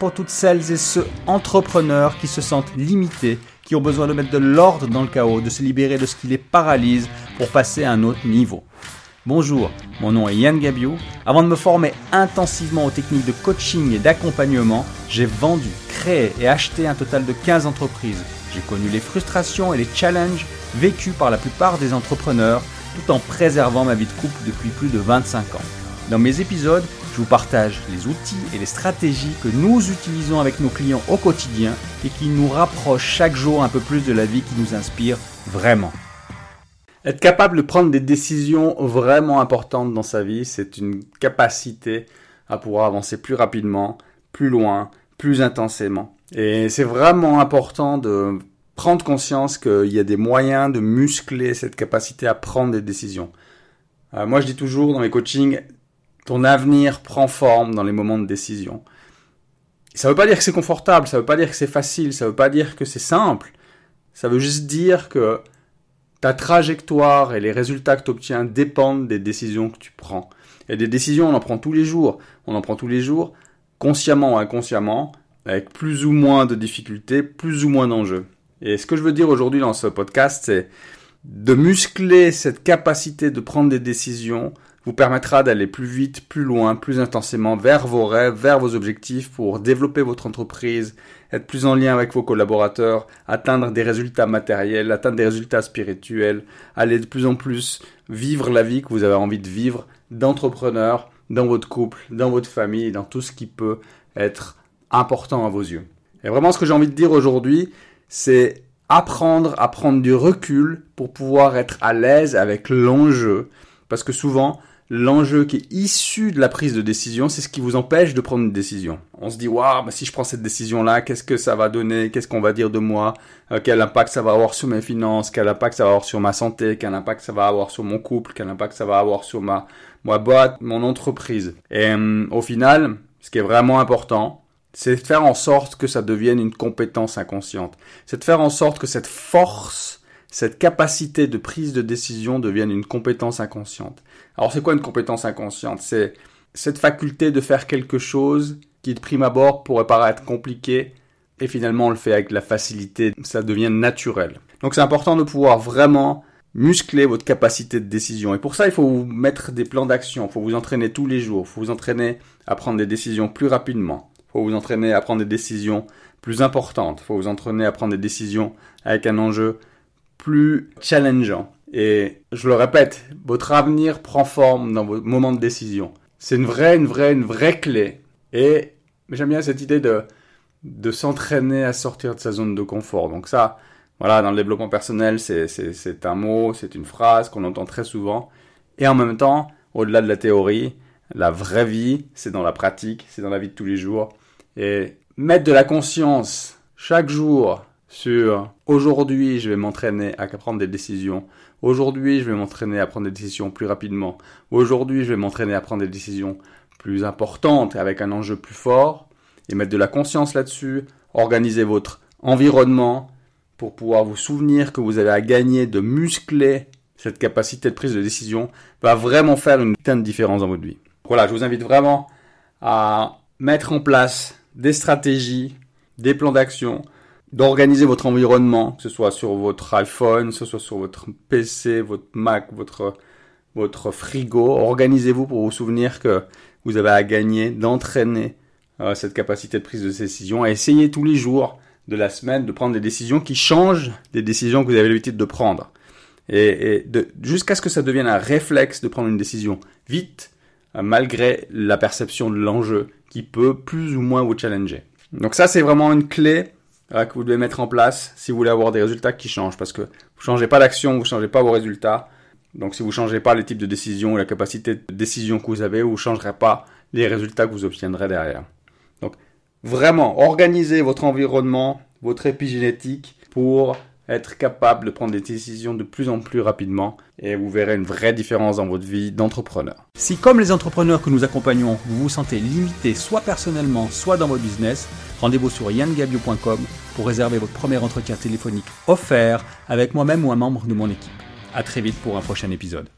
pour toutes celles et ceux entrepreneurs qui se sentent limités, qui ont besoin de mettre de l'ordre dans le chaos, de se libérer de ce qui les paralyse pour passer à un autre niveau. Bonjour, mon nom est Yann Gabiou. Avant de me former intensivement aux techniques de coaching et d'accompagnement, j'ai vendu, créé et acheté un total de 15 entreprises. J'ai connu les frustrations et les challenges vécus par la plupart des entrepreneurs tout en préservant ma vie de couple depuis plus de 25 ans. Dans mes épisodes, je vous partage les outils et les stratégies que nous utilisons avec nos clients au quotidien et qui nous rapprochent chaque jour un peu plus de la vie qui nous inspire vraiment. Être capable de prendre des décisions vraiment importantes dans sa vie, c'est une capacité à pouvoir avancer plus rapidement, plus loin, plus intensément. Et c'est vraiment important de prendre conscience qu'il y a des moyens de muscler cette capacité à prendre des décisions. Moi, je dis toujours dans mes coachings, ton avenir prend forme dans les moments de décision. Ça ne veut pas dire que c'est confortable, ça ne veut pas dire que c'est facile, ça ne veut pas dire que c'est simple. Ça veut juste dire que ta trajectoire et les résultats que tu obtiens dépendent des décisions que tu prends. Et des décisions, on en prend tous les jours. On en prend tous les jours, consciemment ou inconsciemment, avec plus ou moins de difficultés, plus ou moins d'enjeux. Et ce que je veux dire aujourd'hui dans ce podcast, c'est de muscler cette capacité de prendre des décisions vous permettra d'aller plus vite, plus loin, plus intensément vers vos rêves, vers vos objectifs pour développer votre entreprise, être plus en lien avec vos collaborateurs, atteindre des résultats matériels, atteindre des résultats spirituels, aller de plus en plus vivre la vie que vous avez envie de vivre d'entrepreneur, dans votre couple, dans votre famille, dans tout ce qui peut être important à vos yeux. Et vraiment, ce que j'ai envie de dire aujourd'hui, c'est apprendre à prendre du recul pour pouvoir être à l'aise avec l'enjeu. Parce que souvent, l'enjeu qui est issu de la prise de décision, c'est ce qui vous empêche de prendre une décision. On se dit, waouh, si je prends cette décision-là, qu'est-ce que ça va donner? Qu'est-ce qu'on va dire de moi? Quel impact ça va avoir sur mes finances? Quel impact ça va avoir sur ma santé? Quel impact ça va avoir sur mon couple? Quel impact ça va avoir sur ma boîte, mon entreprise? Et au final, ce qui est vraiment important, c'est de faire en sorte que ça devienne une compétence inconsciente. C'est de faire en sorte que cette force, cette capacité de prise de décision devienne une compétence inconsciente. Alors c'est quoi une compétence inconsciente? C'est cette faculté de faire quelque chose qui de prime abord pourrait paraître compliqué et finalement on le fait avec de la facilité, ça devient naturel. Donc c'est important de pouvoir vraiment muscler votre capacité de décision. Et pour ça, il faut vous mettre des plans d'action, il faut vous entraîner tous les jours, il faut vous entraîner à prendre des décisions plus rapidement, il faut vous entraîner à prendre des décisions plus importantes, il faut vous entraîner à prendre des décisions avec un enjeu plus challengeant. Et je le répète, votre avenir prend forme dans vos moments de décision. C'est une vraie clé. Et j'aime bien cette idée de s'entraîner à sortir de sa zone de confort. Donc ça, voilà, dans le développement personnel, c'est un mot, c'est une phrase qu'on entend très souvent. Et en même temps, au-delà de la théorie, la vraie vie, c'est dans la pratique, c'est dans la vie de tous les jours. Et mettre de la conscience chaque jour sur aujourd'hui, je vais m'entraîner à prendre des décisions. Aujourd'hui, je vais m'entraîner à prendre des décisions plus rapidement. Aujourd'hui, je vais m'entraîner à prendre des décisions plus importantes et avec un enjeu plus fort. Et mettre de la conscience là-dessus. Organiser votre environnement pour pouvoir vous souvenir que vous avez à gagner de muscler cette capacité de prise de décision va vraiment faire une putain de différence dans votre vie. Voilà, je vous invite vraiment à mettre en place des stratégies, des plans d'action, d'organiser votre environnement, que ce soit sur votre iPhone, que ce soit sur votre PC, votre Mac, votre frigo. Organisez-vous pour vous souvenir que vous avez à gagner d'entraîner cette capacité de prise de décision et essayez tous les jours de la semaine de prendre des décisions qui changent des décisions que vous avez l'habitude de prendre. Jusqu'à ce que ça devienne un réflexe de prendre une décision vite, malgré la perception de l'enjeu qui peut plus ou moins vous challenger. Donc ça, c'est vraiment une clé que vous devez mettre en place si vous voulez avoir des résultats qui changent. Parce que vous ne changez pas d'action, vous ne changez pas vos résultats. Donc si vous ne changez pas les types de décisions ou la capacité de décision que vous avez, vous ne changerez pas les résultats que vous obtiendrez derrière. Donc vraiment, organisez votre environnement, votre épigénétique pour être capable de prendre des décisions de plus en plus rapidement et vous verrez une vraie différence dans votre vie d'entrepreneur. Si comme les entrepreneurs que nous accompagnons, vous vous sentez limité soit personnellement, soit dans votre business, rendez-vous sur yangabiou.com pour réserver votre premier entretien téléphonique offert avec moi-même ou un membre de mon équipe. À très vite pour un prochain épisode.